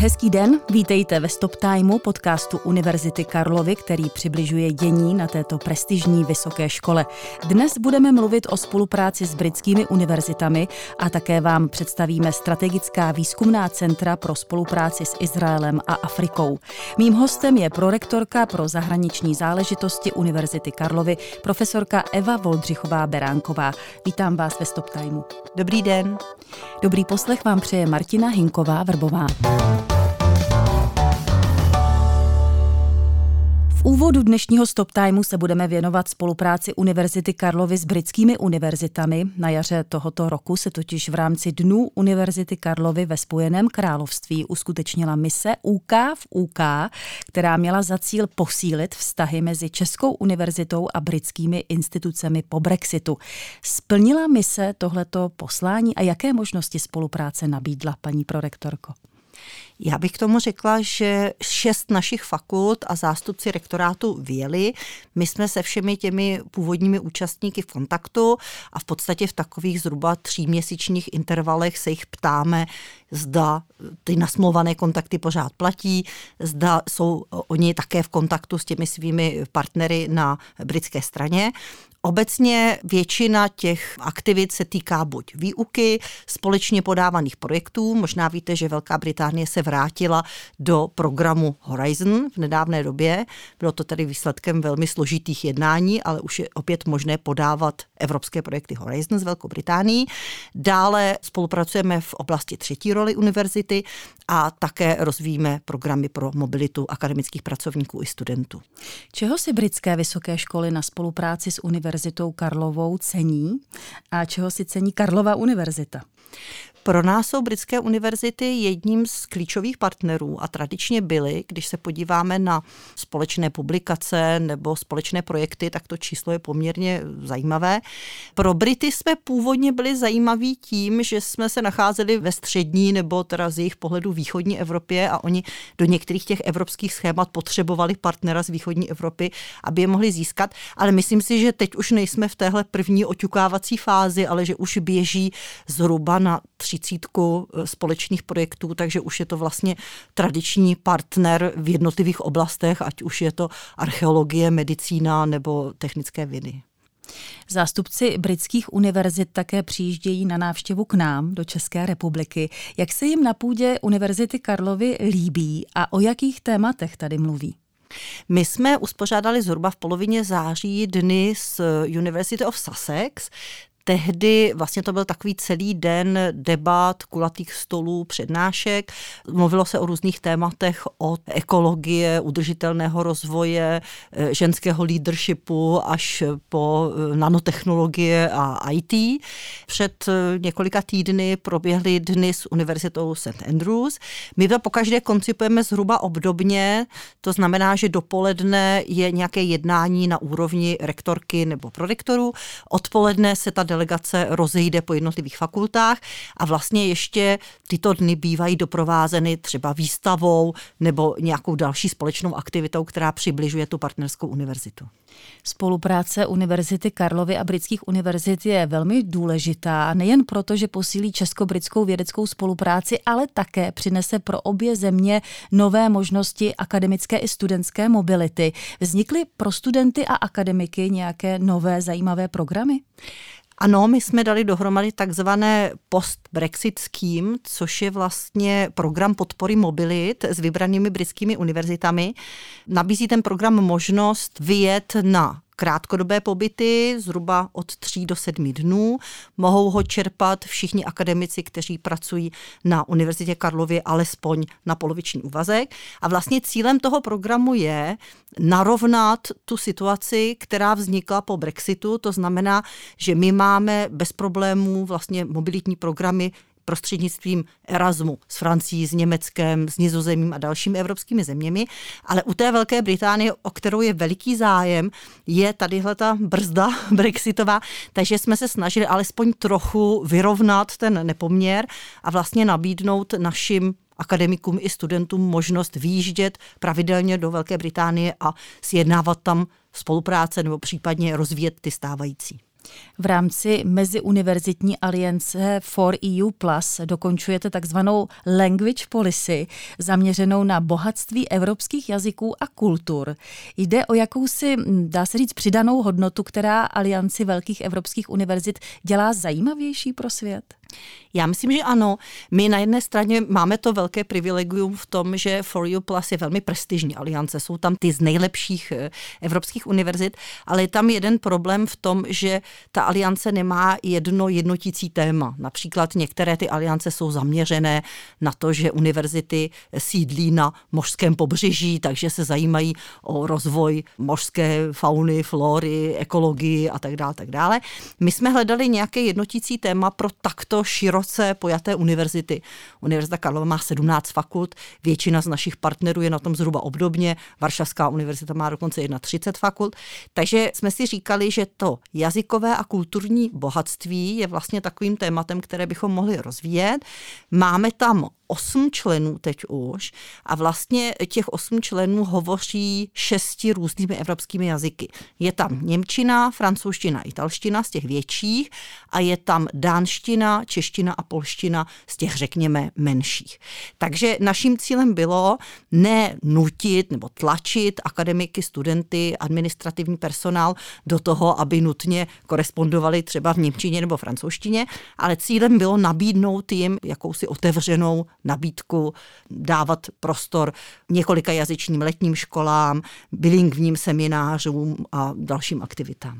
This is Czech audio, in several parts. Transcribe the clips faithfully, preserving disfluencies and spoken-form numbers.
Hezký den, vítejte ve Stop Timeu, podcastu Univerzity Karlovy, který přibližuje dění na této prestižní vysoké škole. Dnes budeme mluvit o spolupráci s britskými univerzitami a také vám představíme strategická výzkumná centra pro spolupráci s Izraelem a Afrikou. Mým hostem je prorektorka pro zahraniční záležitosti Univerzity Karlovy, profesorka Eva Voldřichová-Beránková. Vítám vás ve Stop Timeu. Dobrý den. Dobrý poslech vám přeje Martina Hinková-Vrbová. V úvodu dnešního Stop Timeu se budeme věnovat spolupráci Univerzity Karlovy s britskými univerzitami. Na jaře tohoto roku se totiž v rámci Dnů Univerzity Karlovy ve Spojeném království uskutečnila mise U K v U K, která měla za cíl posílit vztahy mezi Českou univerzitou a britskými institucemi po Brexitu. Splnila mise tohleto poslání a jaké možnosti spolupráce nabídla, paní prorektorko? Já bych k tomu řekla, že šest našich fakult a zástupci rektorátu vyjeli. My jsme se všemi těmi původními účastníky v kontaktu a v podstatě v takových zhruba tříměsíčních intervalech se jich ptáme, zda ty nasmlouvané kontakty pořád platí, zda jsou oni také v kontaktu s těmi svými partnery na britské straně. Obecně většina těch aktivit se týká buď výuky, společně podávaných projektů. Možná víte, že Velká Británie se vrátila do programu Horizon v nedávné době. Bylo to tedy výsledkem velmi složitých jednání, ale už je opět možné podávat evropské projekty Horizon s Velkou Británií. Dále spolupracujeme v oblasti třetí roli univerzity a také rozvíjíme programy pro mobilitu akademických pracovníků i studentů. Čeho si britské vysoké školy na spolupráci s Univerzitou Karlovou cení a čeho si cení Karlova univerzita? Pro nás jsou britské univerzity jedním z klíčových partnerů a tradičně byly, když se podíváme na společné publikace nebo společné projekty, tak to číslo je poměrně zajímavé. Pro Brity jsme původně byli zajímaví tím, že jsme se nacházeli ve střední nebo teda z jejich pohledu východní Evropě a oni do některých těch evropských schémat potřebovali partnera z východní Evropy, aby je mohli získat, ale myslím si, že teď už nejsme v téhle první oťukávací fázi, ale že už běží zhruba na třicítku společných projektů, takže už je to vlastně tradiční partner v jednotlivých oblastech, ať už je to archeologie, medicína nebo technické vědy. Zástupci britských univerzit také přijíždějí na návštěvu k nám do České republiky. Jak se jim na půdě Univerzity Karlovy líbí a o jakých tématech tady mluví? My jsme uspořádali zhruba v polovině září dny z University of Sussex. Tehdy vlastně to byl takový celý den debat, kulatých stolů, přednášek. Mluvilo se o různých tématech od ekologie, udržitelného rozvoje, ženského leadershipu až po nanotechnologie a í té. Před několika týdny proběhly dny s Univerzitou Saint Andrews. My to pokaždé koncipujeme zhruba obdobně, to znamená, že dopoledne je nějaké jednání na úrovni rektorky nebo prorektorů, odpoledne se ta delegace rozejde po jednotlivých fakultách a vlastně ještě tyto dny bývají doprovázeny třeba výstavou nebo nějakou další společnou aktivitou, která přibližuje tu partnerskou univerzitu. Spolupráce Univerzity Karlovy a britských univerzit je velmi důležitá, nejen proto, že posílí česko-britskou vědeckou spolupráci, ale také přinese pro obě země nové možnosti akademické i studentské mobility. Vznikly pro studenty a akademiky nějaké nové zajímavé programy? Ano, my jsme dali dohromady takzvané post-Brexit scheme, což je vlastně program podpory mobilit s vybranými britskými univerzitami. Nabízí ten program možnost vyjet na krátkodobé pobyty, zhruba od tří do sedmi dnů. Mohou ho čerpat všichni akademici, kteří pracují na Univerzitě Karlově alespoň na poloviční úvazek. A vlastně cílem toho programu je narovnat tu situaci, která vznikla po Brexitu. To znamená, že my máme bez problémů vlastně mobilitní programy prostřednictvím Erasmu s Francií, s Německem, s Nizozemím a dalšími evropskými zeměmi, ale u té Velké Británie, o kterou je veliký zájem, je tadyhle ta brzda brexitová, takže jsme se snažili alespoň trochu vyrovnat ten nepoměr a vlastně nabídnout našim akademikům i studentům možnost vyjíždět pravidelně do Velké Británie a sjednávat tam spolupráce nebo případně rozvíjet ty stávající. V rámci Meziuniverzitní aliance For E U Plus dokončujete takzvanou Language Policy, zaměřenou na bohatství evropských jazyků a kultur. Jde o jakousi, dá se říct, přidanou hodnotu, která alianci velkých evropských univerzit dělá zajímavější pro svět? Já myslím, že ano. My na jedné straně máme to velké privilegium v tom, že For E U Plus je velmi prestižní aliance. Jsou tam ty z nejlepších evropských univerzit, ale je tam jeden problém v tom, že ta aliance nemá jedno jednotící téma. Například některé ty aliance jsou zaměřené na to, že univerzity sídlí na mořském pobřeží, takže se zajímají o rozvoj mořské fauny, flory, ekologii a tak dále, tak dále. My jsme hledali nějaké jednotící téma pro takto široce pojaté univerzity. Univerzita Karlova má sedmnáct fakult, většina z našich partnerů je na tom zhruba obdobně, Varšavská univerzita má dokonce třicet jedna fakult, takže jsme si říkali, že to jazykové a kulturní bohatství je vlastně takovým tématem, které bychom mohli rozvíjet. Máme tam osm členů teď už a vlastně těch osm členů hovoří šesti různými evropskými jazyky. Je tam němčina, francouzština, italština z těch větších a je tam dánština, čeština a polština z těch, řekněme, menších. Takže naším cílem bylo ne nutit nebo tlačit akademiky, studenty, administrativní personál do toho, aby nutně korespondovali třeba v němčině nebo francouzštině, ale cílem bylo nabídnout jim jakousi otevřenou nabídku, dávat prostor několika jazyčním letním školám, bilingvním seminářům a dalším aktivitám.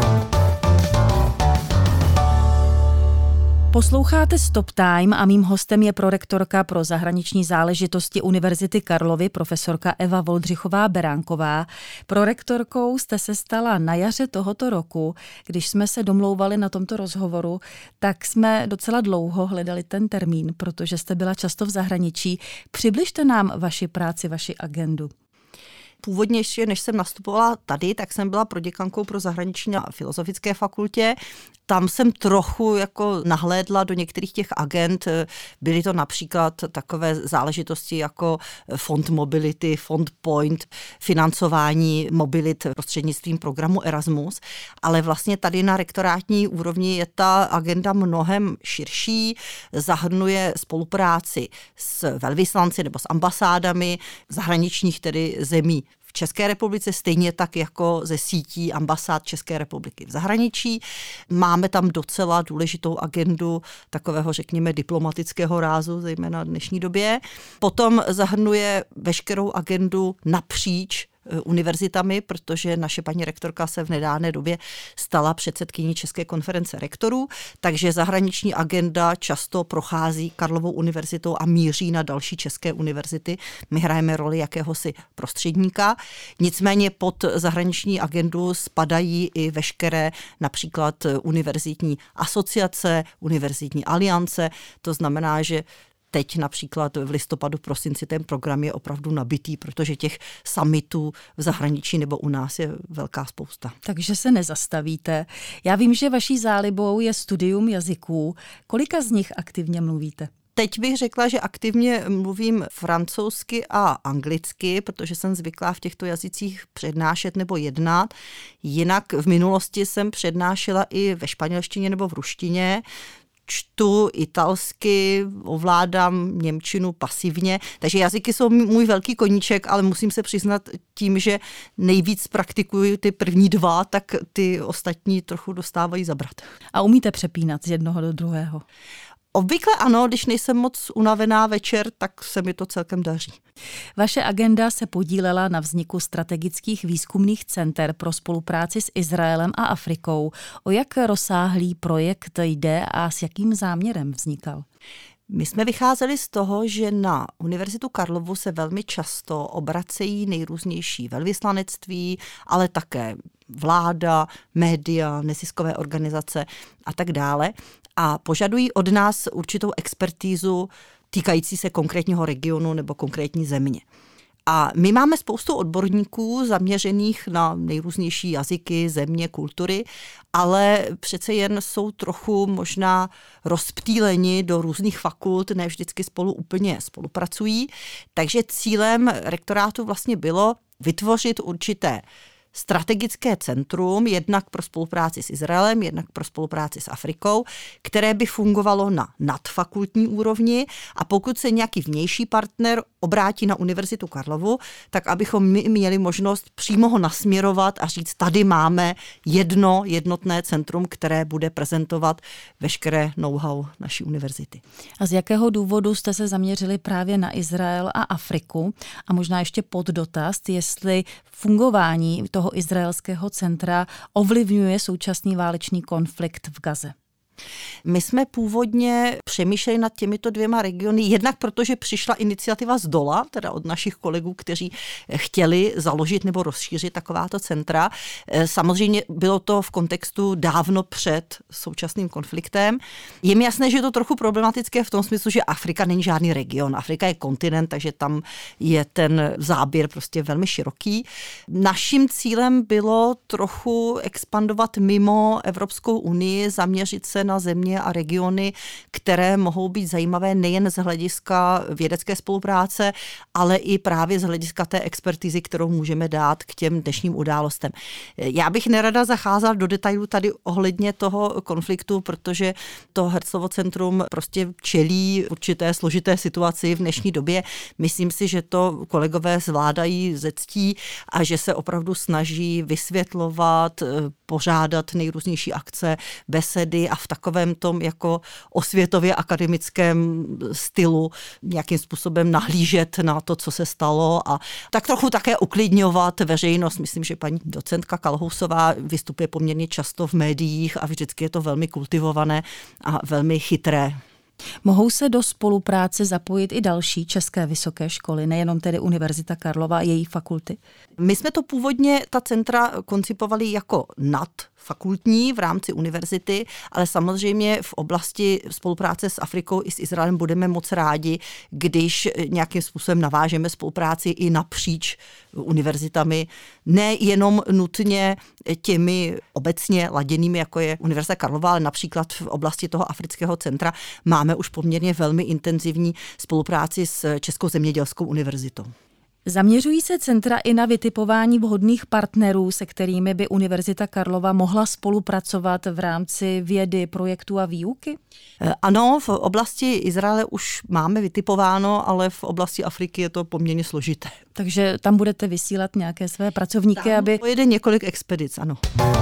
Posloucháte Stop Time a mým hostem je prorektorka pro zahraniční záležitosti Univerzity Karlovy, profesorka Eva Voldřichová-Beránková. Prorektorkou jste se stala na jaře tohoto roku. Když jsme se domlouvali na tomto rozhovoru, tak jsme docela dlouho hledali ten termín, protože jste byla často v zahraničí. Přibližte nám vaši práci, vaši agendu. Původně ještě, než jsem nastupovala tady, tak jsem byla proděkankou pro zahraniční na Filozofické fakultě. Tam jsem trochu jako nahlédla do některých těch agent. Byly to například takové záležitosti jako fond mobility, fond point, financování mobilit prostřednictvím programu Erasmus. Ale vlastně tady na rektorátní úrovni je ta agenda mnohem širší, zahrnuje spolupráci s velvyslanci nebo s ambasádami zahraničních tedy zemí v České republice, stejně tak jako ze sítí ambasád České republiky v zahraničí. Máme tam docela důležitou agendu takového, řekněme, diplomatického rázu, zejména v dnešní době. Potom zahrnuje veškerou agendu napříč univerzitami, protože naše paní rektorka se v nedávné době stala předsedkyní České konference rektorů, takže zahraniční agenda často prochází Karlovou univerzitou a míří na další české univerzity. My hrajeme roli jakéhosi prostředníka. Nicméně pod zahraniční agendu spadají i veškeré například univerzitní asociace, univerzitní aliance. To znamená, že teď například v listopadu, v prosinci ten program je opravdu nabitý, protože těch summitů v zahraničí nebo u nás je velká spousta. Takže se nezastavíte. Já vím, že vaší zálibou je studium jazyků. Kolika z nich aktivně mluvíte? Teď bych řekla, že aktivně mluvím francouzsky a anglicky, protože jsem zvyklá v těchto jazycích přednášet nebo jednat. Jinak v minulosti jsem přednášela i ve španělštině nebo v ruštině. Čtu italsky, ovládám němčinu pasivně, takže jazyky jsou můj velký koníček, ale musím se přiznat tím, že nejvíc praktikuji ty první dva, tak ty ostatní trochu dostávají zabrat. A umíte přepínat z jednoho do druhého? Obvykle ano, když nejsem moc unavená večer, tak se mi to celkem daří. Vaše agenda se podílela na vzniku strategických výzkumných center pro spolupráci s Izraelem a Afrikou. O jak rozsáhlý projekt jde a s jakým záměrem vznikal? My jsme vycházeli z toho, že na Univerzitu Karlovu se velmi často obracejí nejrůznější velvyslanectví, ale také vláda, média, neziskové organizace a tak dále a požadují od nás určitou expertízu týkající se konkrétního regionu nebo konkrétní země. A my máme spoustu odborníků zaměřených na nejrůznější jazyky, země, kultury, ale přece jen jsou trochu možná rozptýleni do různých fakult, ne vždycky spolu úplně spolupracují. Takže cílem rektorátu vlastně bylo vytvořit určité strategické centrum, jednak pro spolupráci s Izraelem, jednak pro spolupráci s Afrikou, které by fungovalo na nadfakultní úrovni a pokud se nějaký vnější partner obrátí na Univerzitu Karlovu, tak abychom my měli možnost přímo ho nasměrovat a říct, tady máme jedno jednotné centrum, které bude prezentovat veškeré know-how naší univerzity. A z jakého důvodu jste se zaměřili právě na Izrael a Afriku? A možná ještě pod dotaz, jestli fungování toho izraelského centra ovlivňuje současný válečný konflikt v Gaze. My jsme původně přemýšleli nad těmito dvěma regiony, jednak protože přišla iniciativa z dola, teda od našich kolegů, kteří chtěli založit nebo rozšířit takováto centra. Samozřejmě bylo to v kontextu dávno před současným konfliktem. Je mi jasné, že je to trochu problematické v tom smyslu, že Afrika není žádný region. Afrika je kontinent, takže tam je ten záběr prostě velmi široký. Naším cílem bylo trochu expandovat mimo Evropskou unii, zaměřit se na země a regiony, které mohou být zajímavé nejen z hlediska vědecké spolupráce, ale i právě z hlediska té expertizy, kterou můžeme dát k těm dnešním událostem. Já bych nerada zacházela do detailů tady ohledně toho konfliktu, protože to Herzlovo centrum prostě čelí určité složité situaci v dnešní době. Myslím si, že to kolegové zvládají ze ctí a že se opravdu snaží vysvětlovat, pořádat nejrůznější akce, besedy a v takovém tom jako osvětově akademickém stylu nějakým způsobem nahlížet na to, co se stalo a tak trochu také uklidňovat veřejnost. Myslím, že paní docentka Kalhousová vystupuje poměrně často v médiích a vždycky je to velmi kultivované a velmi chytré. Mohou se do spolupráce zapojit i další české vysoké školy, nejenom tedy Univerzita Karlova a její fakulty? My jsme to původně, ta centra, koncipovali jako nadfakultní v rámci univerzity, ale samozřejmě v oblasti spolupráce s Afrikou i s Izraelem budeme moc rádi, když nějakým způsobem navážeme spolupráci i napříč univerzitami, nejenom nutně těmi obecně laděnými, jako je Univerzita Karlova, ale například v oblasti toho afrického centra máme už poměrně velmi intenzivní spolupráci s Českou zemědělskou univerzitou. Zaměřují se centra i na vytipování vhodných partnerů, se kterými by Univerzita Karlova mohla spolupracovat v rámci vědy, projektů a výuky? Ano, v oblasti Izraele už máme vytipováno, ale v oblasti Afriky je to poměrně složité. Takže tam budete vysílat nějaké své pracovníky, tam aby... pojede několik expedic, ano.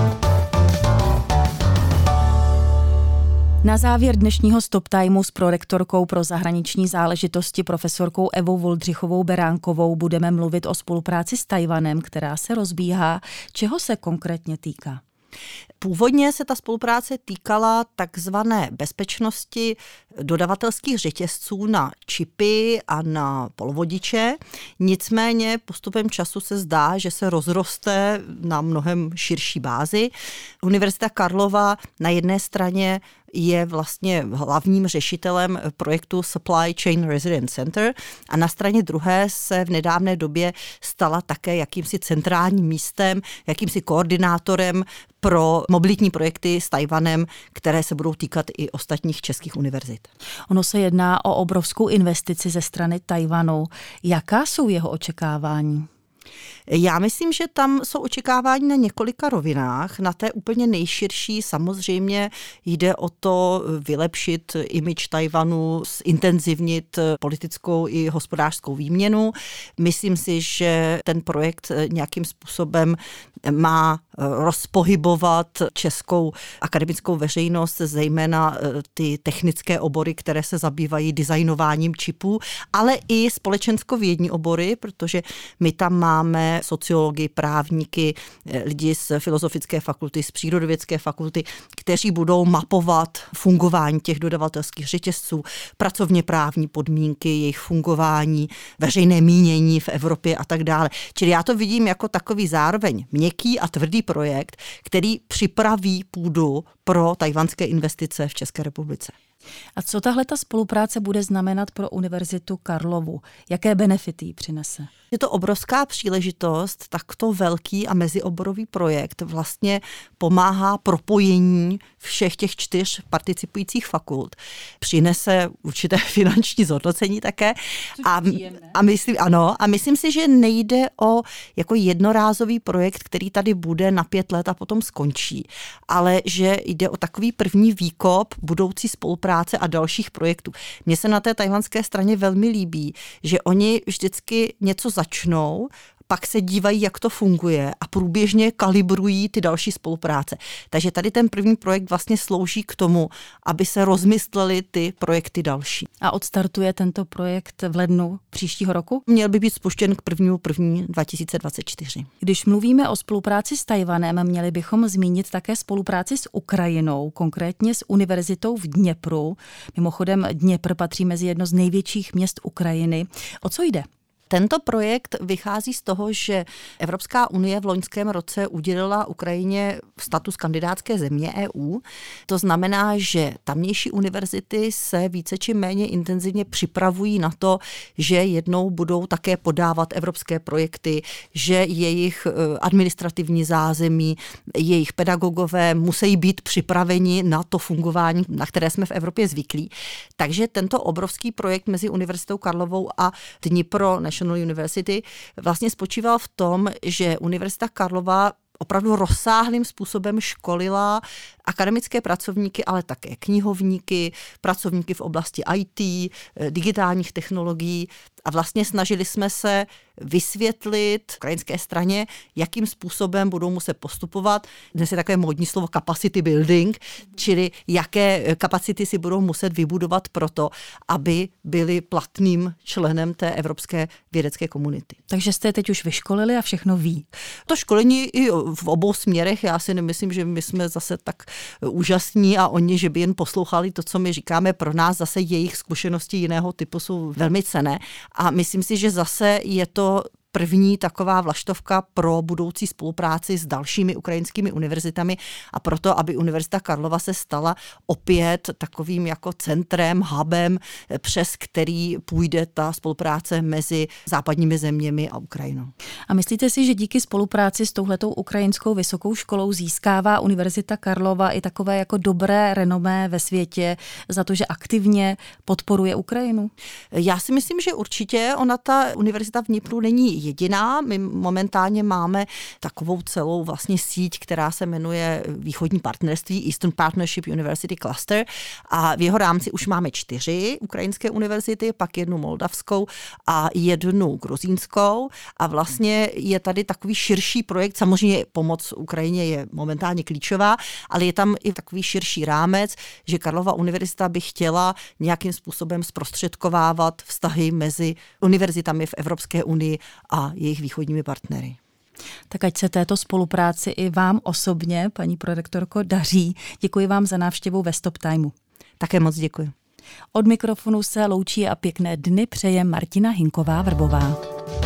Na závěr dnešního Stop Timeu s prorektorkou pro zahraniční záležitosti profesorkou Evou Voldřichovou Beránkovou budeme mluvit o spolupráci s Tchaj-wanem, která se rozbíhá. Čeho se konkrétně týká? Původně se ta spolupráce týkala takzvané bezpečnosti dodavatelských řetězců na čipy a na polovodiče. Nicméně postupem času se zdá, že se rozroste na mnohem širší bázi. Univerzita Karlova na jedné straně je vlastně hlavním řešitelem projektu Supply Chain Resilience Center a na straně druhé se v nedávné době stala také jakýmsi centrálním místem, jakýmsi koordinátorem pro mobilitní projekty s Tchaj-wanem, které se budou týkat i ostatních českých univerzit. Ono se jedná o obrovskou investici ze strany Tchaj-wanu. Jaká jsou jeho očekávání? Já myslím, že tam jsou očekávání na několika rovinách. Na té úplně nejširší samozřejmě jde o to vylepšit image Tchaj-wanu, zintenzivnit politickou i hospodářskou výměnu. Myslím si, že ten projekt nějakým způsobem má rozpohybovat českou akademickou veřejnost, zejména ty technické obory, které se zabývají designováním čipů, ale i společenskovědní obory, protože my tam máme sociologii, právníky, lidi z filozofické fakulty, z přírodovědské fakulty, kteří budou mapovat fungování těch dodavatelských řetězců, pracovně právní podmínky, jejich fungování, veřejné mínění v Evropě a tak dále. Čili já to vidím jako takový zároveň měkký a tvrdý projekt, který připraví půdu pro tchaj-wanské investice v České republice. A co tahle ta spolupráce bude znamenat pro Univerzitu Karlovu? Jaké benefity jí přinese? Je to obrovská příležitost, takto velký a mezioborový projekt vlastně pomáhá propojení všech těch čtyř participujících fakult. Přinese určité finanční zhodnocení také. A, a myslím, ano, a myslím si, že nejde o jako jednorázový projekt, který tady bude na pět let a potom skončí, ale že jde o takový první výkop budoucí spolupráce a dalších projektů. Mně se na té tajvanské straně velmi líbí, že oni vždycky něco začnou, pak se dívají, jak to funguje a průběžně kalibrují ty další spolupráce. Takže tady ten první projekt vlastně slouží k tomu, aby se rozmyslely ty projekty další. A odstartuje tento projekt v lednu příštího roku? Měl by být spuštěn k prvnímu první dva tisíce dvacet čtyři. Když mluvíme o spolupráci s Tajvanem, měli bychom zmínit také spolupráci s Ukrajinou, konkrétně s univerzitou v Dněpru. Mimochodem Dněpr patří mezi jedno z největších měst Ukrajiny. O co jde? Tento projekt vychází z toho, že Evropská unie v loňském roce udělila Ukrajině status kandidátské země E U. To znamená, že tamnější univerzity se více či méně intenzivně připravují na to, že jednou budou také podávat evropské projekty, že jejich administrativní zázemí, jejich pedagogové musí být připraveni na to fungování, na které jsme v Evropě zvyklí. Takže tento obrovský projekt mezi Univerzitou Karlovou a Dnipro National University vlastně spočíval v tom, že Univerzita Karlova opravdu rozsáhlým způsobem školila akademické pracovníky, ale také knihovníky, pracovníky v oblasti í té, digitálních technologií a vlastně snažili jsme se vysvětlit ukrajinské straně, jakým způsobem budou muset postupovat. Dnes je takové módní slovo capacity building, čili jaké kapacity si budou muset vybudovat proto, aby byli platným členem té evropské vědecké komunity. Takže jste teď už vyškolili a všechno ví. To školení i v obou směrech, já si nemyslím, že my jsme zase tak úžasní a oni, že by jen poslouchali to, co my říkáme, pro nás zase jejich zkušenosti jiného typu jsou velmi cenné. A myslím si, že zase je to první taková vlaštovka pro budoucí spolupráci s dalšími ukrajinskými univerzitami a proto, aby Univerzita Karlova se stala opět takovým jako centrem, hubem, přes který půjde ta spolupráce mezi západními zeměmi a Ukrajinou. A myslíte si, že díky spolupráci s touhletou ukrajinskou vysokou školou získává Univerzita Karlova i takové jako dobré renomé ve světě za to, že aktivně podporuje Ukrajinu? Já si myslím, že určitě ona ta univerzita v Dnipru není jediná. My momentálně máme takovou celou vlastně síť, která se jmenuje Východní partnerství, Eastern Partnership University Cluster a v jeho rámci už máme čtyři ukrajinské univerzity, pak jednu moldavskou a jednu gruzínskou a vlastně je tady takový širší projekt, samozřejmě pomoc Ukrajině je momentálně klíčová, ale je tam i takový širší rámec, že Karlova univerzita by chtěla nějakým způsobem zprostředkovávat vztahy mezi univerzitami v Evropské unii a jejich východními partnery. Tak ať se této spolupráci i vám osobně, paní prorektorko, daří. Děkuji vám za návštěvu ve Stop Timeu. Také moc děkuji. Od mikrofonu se loučí a pěkné dny přeje Martina Hinková-Vrbová.